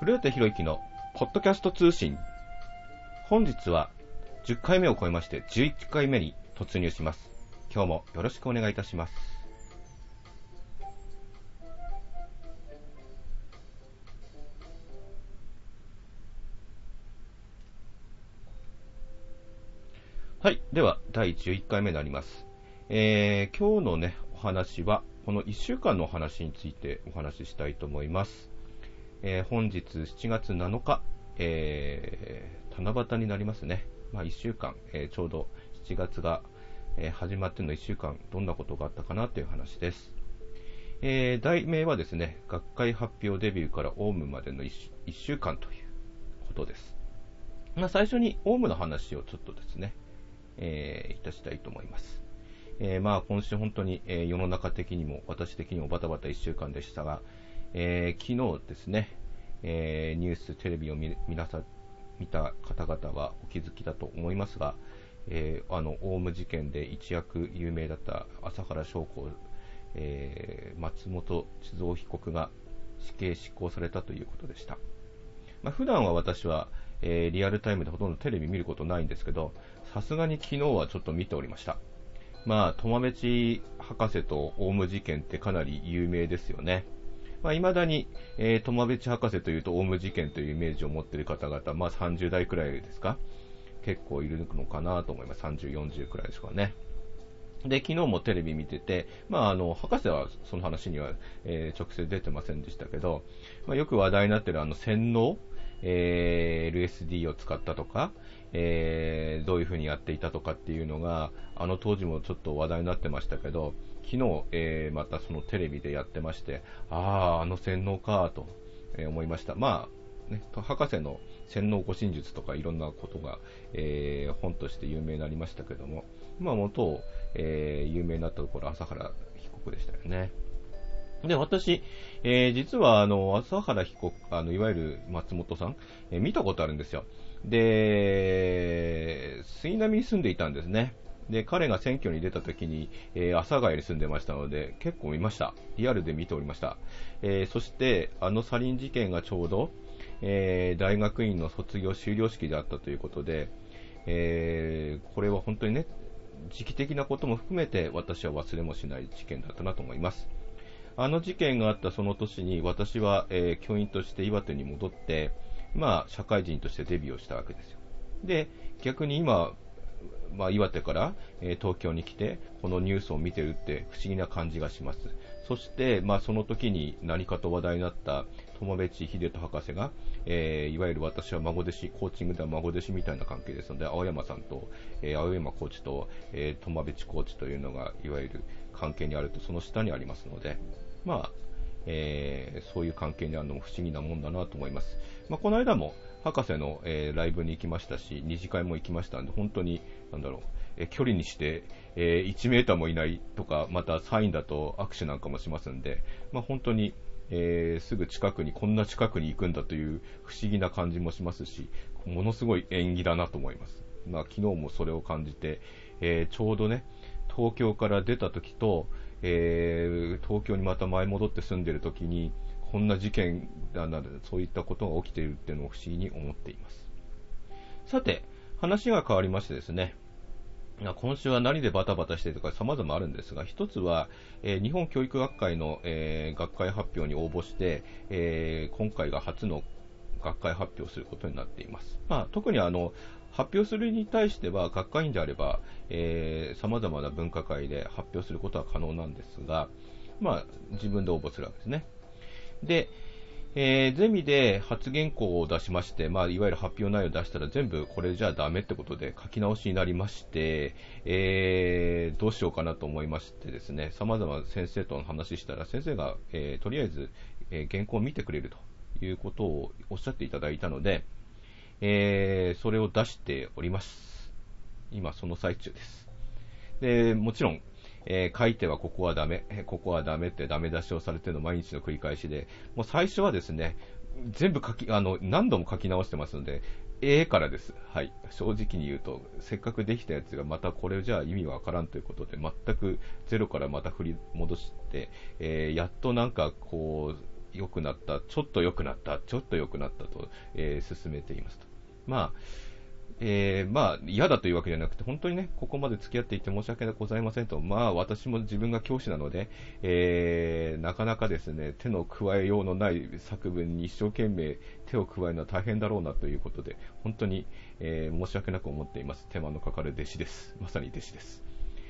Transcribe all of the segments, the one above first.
古畑博之のポッドキャスト通信。本日は10回目を超えまして11回目に突入します。今日もよろしくお願いいたします。はい。では、第11回目になります。今日のね、お話は、この1週間のお話についてお話ししたいと思います。本日7月7日、七夕になりますね。1週間、ちょうど7月が、始まっての1週間、どんなことがあったかなという話です。題名はですね、学会発表デビューからオウムまでの 1週間ということです。最初にオウムの話をちょっとですね、いたしたいと思います。今週本当に、世の中的にも私的にもバタバタ1週間でしたが、昨日ですね、ニュース、テレビを見た方々はお気づきだと思いますが、オウム事件で一躍有名だった麻原彰晃、松本智三被告が死刑執行されたということでした。普段は私は、リアルタイムでほとんどテレビ見ることないんですけど、さすがに昨日はちょっと見ておりました。苫米地博士とオウム事件ってかなり有名ですよね。未だに、苫米地博士というとオウム事件というイメージを持っている方々、30代くらいですか、結構いるのかなと思います。30、40くらいですかね。で、昨日もテレビ見てて、博士はその話には、直接出てませんでしたけど、よく話題になっている洗脳、LSD を使ったとか、どういうふうにやっていたとかっていうのが、当時もちょっと話題になってましたけど、昨日、またそのテレビでやってまして、洗脳かと、思いました。博士の洗脳護身術とかいろんなことが、本として有名になりましたけども、元、有名になったところ、麻原被告でしたよね。で、私、実は、麻原被告、いわゆる松本さん、見たことあるんですよ。で、杉並に住んでいたんですね。で、彼が選挙に出た時に、阿佐ヶ谷に住んでましたので、結構見ました。リアルで見ておりました。そして、サリン事件がちょうど、大学院の卒業修了式であったということで、これは本当にね、時期的なことも含めて私は忘れもしない事件だったなと思います。事件があったその年に私は、教員として岩手に戻って、社会人としてデビューをしたわけですよ。で、逆に今、岩手から、東京に来て、このニュースを見てるって不思議な感じがします。そして、その時に何かと話題になった苫米地秀人博士が、いわゆる私は孫弟子、コーチングでは孫弟子みたいな関係ですので、青山さんと、青山コーチと、苫米地コーチというのが、いわゆる関係にあると、その下にありますので、そういう関係にあるのも不思議なもんだなと思います。この間も博士の、ライブに行きましたし、二次会も行きましたんで、本当に、距離にして、1メーターもいないとか、またサインだと握手なんかもしますんで、本当に、すぐ近くに、こんな近くに行くんだという不思議な感じもしますし、ものすごい縁起だなと思います。昨日もそれを感じて、ちょうどね、東京から出た時と、東京にまた前戻って住んでいる時にこんな事件そういったことが起きているっていうのを不思議に思っています。さて、話が変わりましてですね、今週は何でバタバタしているとか様々あるんですが、一つは、日本教育学会の、学会発表に応募して、今回が初の学会発表をすることになっています。特に発表するに対しては学会員であれば、様々な分科会で発表することは可能なんですが、自分で応募するわけですね。で、ゼミで発言稿を出しまして、いわゆる発表内容を出したら全部これじゃダメってことで書き直しになりまして、どうしようかなと思いましてですね、様々先生との話したら先生が、とりあえず、原稿を見てくれるということをおっしゃっていただいたので、それを出しております。今その最中です。で、もちろん、書いてはここはダメ、ここはダメってダメ出しをされているの毎日の繰り返しで、もう最初はですね、全部何度も書き直してますので、からです。はい。正直に言うと、せっかくできたやつがまたこれじゃ意味わからんということで、全くゼロからまた振り戻して、やっと良くなった、ちょっと良くなった、ちょっと良くなったと、進めていますと。嫌だというわけじゃなくて、本当にね、ここまで付き合っていて申し訳ございませんと、私も自分が教師なので、なかなかですね、手の加えようのない作文に一生懸命手を加えるのは大変だろうなということで、本当に、申し訳なく思っています。手間のかかる弟子です。まさに弟子です。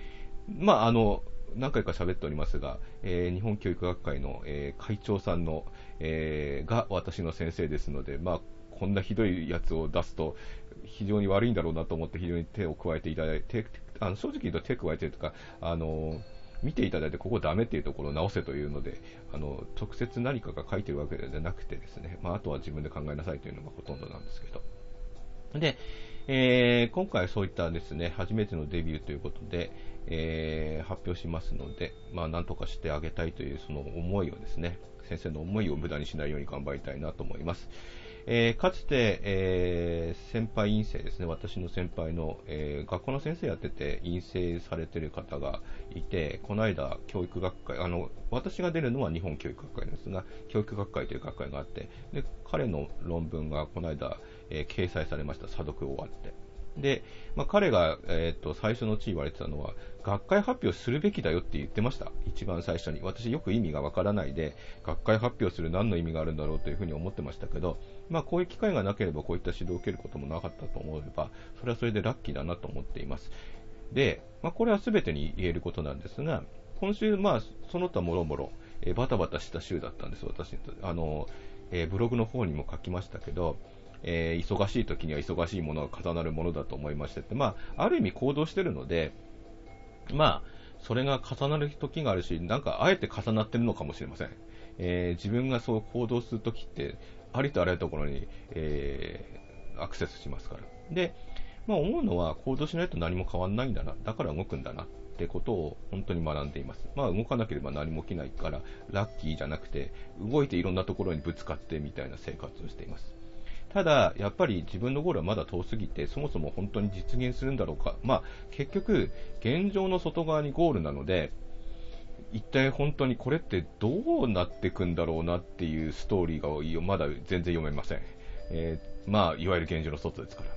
何回か喋っておりますが、日本教育学会の、会長さんの、が私の先生ですので、こんなひどいやつを出すと非常に悪いんだろうなと思って非常に手を加えていただいて、正直言うと手を加えてるとか、見ていただいてここダメっていうところを直せというので、直接何かが書いてるわけではなくてですね、あとは自分で考えなさいというのがほとんどなんですけど。で、今回そういったですね、初めてのデビューということで、発表しますので、なんとかしてあげたいというその思いをですね、先生の思いを無駄にしないように頑張りたいなと思います。かつて、先輩院生ですね、私の先輩の、学校の先生やってて院生されてる方がいて、この間教育学会、私が出るのは日本教育学会ですが、教育学会という学会があって、で彼の論文がこの間、掲載されました。査読終わって。で、彼が、最初のうち言われてたのは、学会発表するべきだよって言ってました。一番最初に。私よく意味がわからないで、学会発表する何の意味があるんだろうというふうに思ってましたけど、こういう機会がなければこういった指導を受けることもなかったと思えば、それはそれでラッキーだなと思っています。で、これは全てに言えることなんですが、今週、その他もろもろ、バタバタした週だったんです、私。ブログの方にも書きましたけど、忙しい時には忙しいものが重なるものだと思いましてって、ある意味行動してるので、それが重なる時があるし、あえて重なってるのかもしれません。自分がそう行動する時って、ありとあらゆるところに、アクセスしますから。で、思うのは行動しないと何も変わらないんだな、だから動くんだなってことを本当に学んでいます。動かなければ何も起きないから、ラッキーじゃなくて、動いていろんなところにぶつかってみたいな生活をしています。ただ、やっぱり自分のゴールはまだ遠すぎて、そもそも本当に実現するんだろうか。結局、現状の外側にゴールなので、一体本当にこれってどうなっていくんだろうなっていうストーリーがまだ全然読めません。いわゆる現状の外ですから。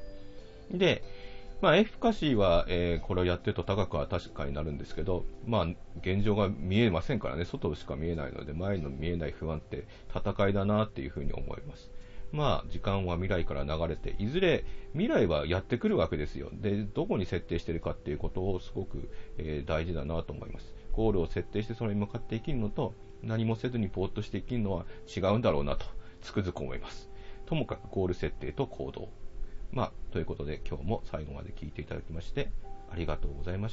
で、エフィカシーは、これをやってると高くは確かになるんですけど、現状が見えませんからね、外しか見えないので、前の見えない不安って戦いだなっていうふうに思います。時間は未来から流れて、いずれ未来はやってくるわけですよ。で、どこに設定しているかっていうことをすごく、大事だなと思います。ゴールを設定してそれに向かって生きるのと、何もせずにぼーっとして生きるのは違うんだろうなと、つくづく思います。ともかくゴール設定と行動。ということで今日も最後まで聞いていただきましてありがとうございました。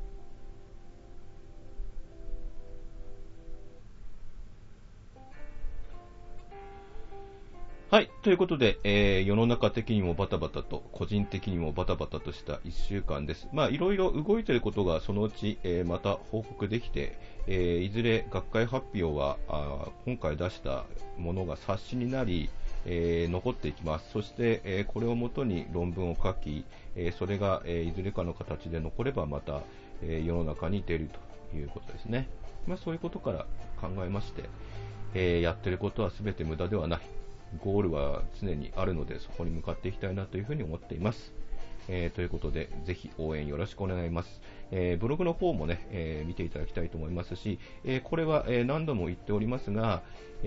はい。ということで、世の中的にもバタバタと、個人的にもバタバタとした1週間です。いろいろ動いていることがそのうち、また報告できて、いずれ学会発表は今回出したものが冊子になり、残っていきます。そして、これをもとに論文を書き、それが、いずれかの形で残ればまた、世の中に出るということですね。そういうことから考えまして、やっていることは全て無駄ではない。ゴールは常にあるので、そこに向かっていきたいなというふうに思っています。ということで、ぜひ応援よろしくお願いします。ブログの方もね、見ていただきたいと思いますし、これは、何度も言っておりますが、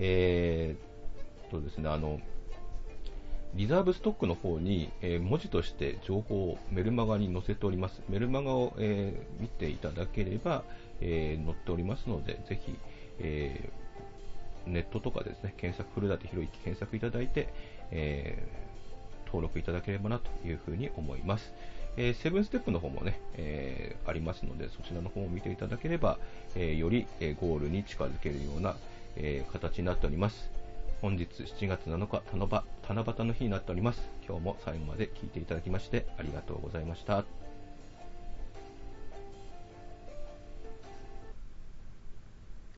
ですね、リザーブストックの方に、文字として情報をメルマガに載せております。メルマガを、見ていただければ、載っておりますので、ぜひ、ネットとかですね、古舘博之検索いただいて、登録いただければなというふうに思います。セブンステップの方もね、ありますので、そちらの方を見ていただければ、より、ゴールに近づけるような、形になっております。本日7月7日、七夕の日になっております。今日も最後まで聞いていただきましてありがとうございました。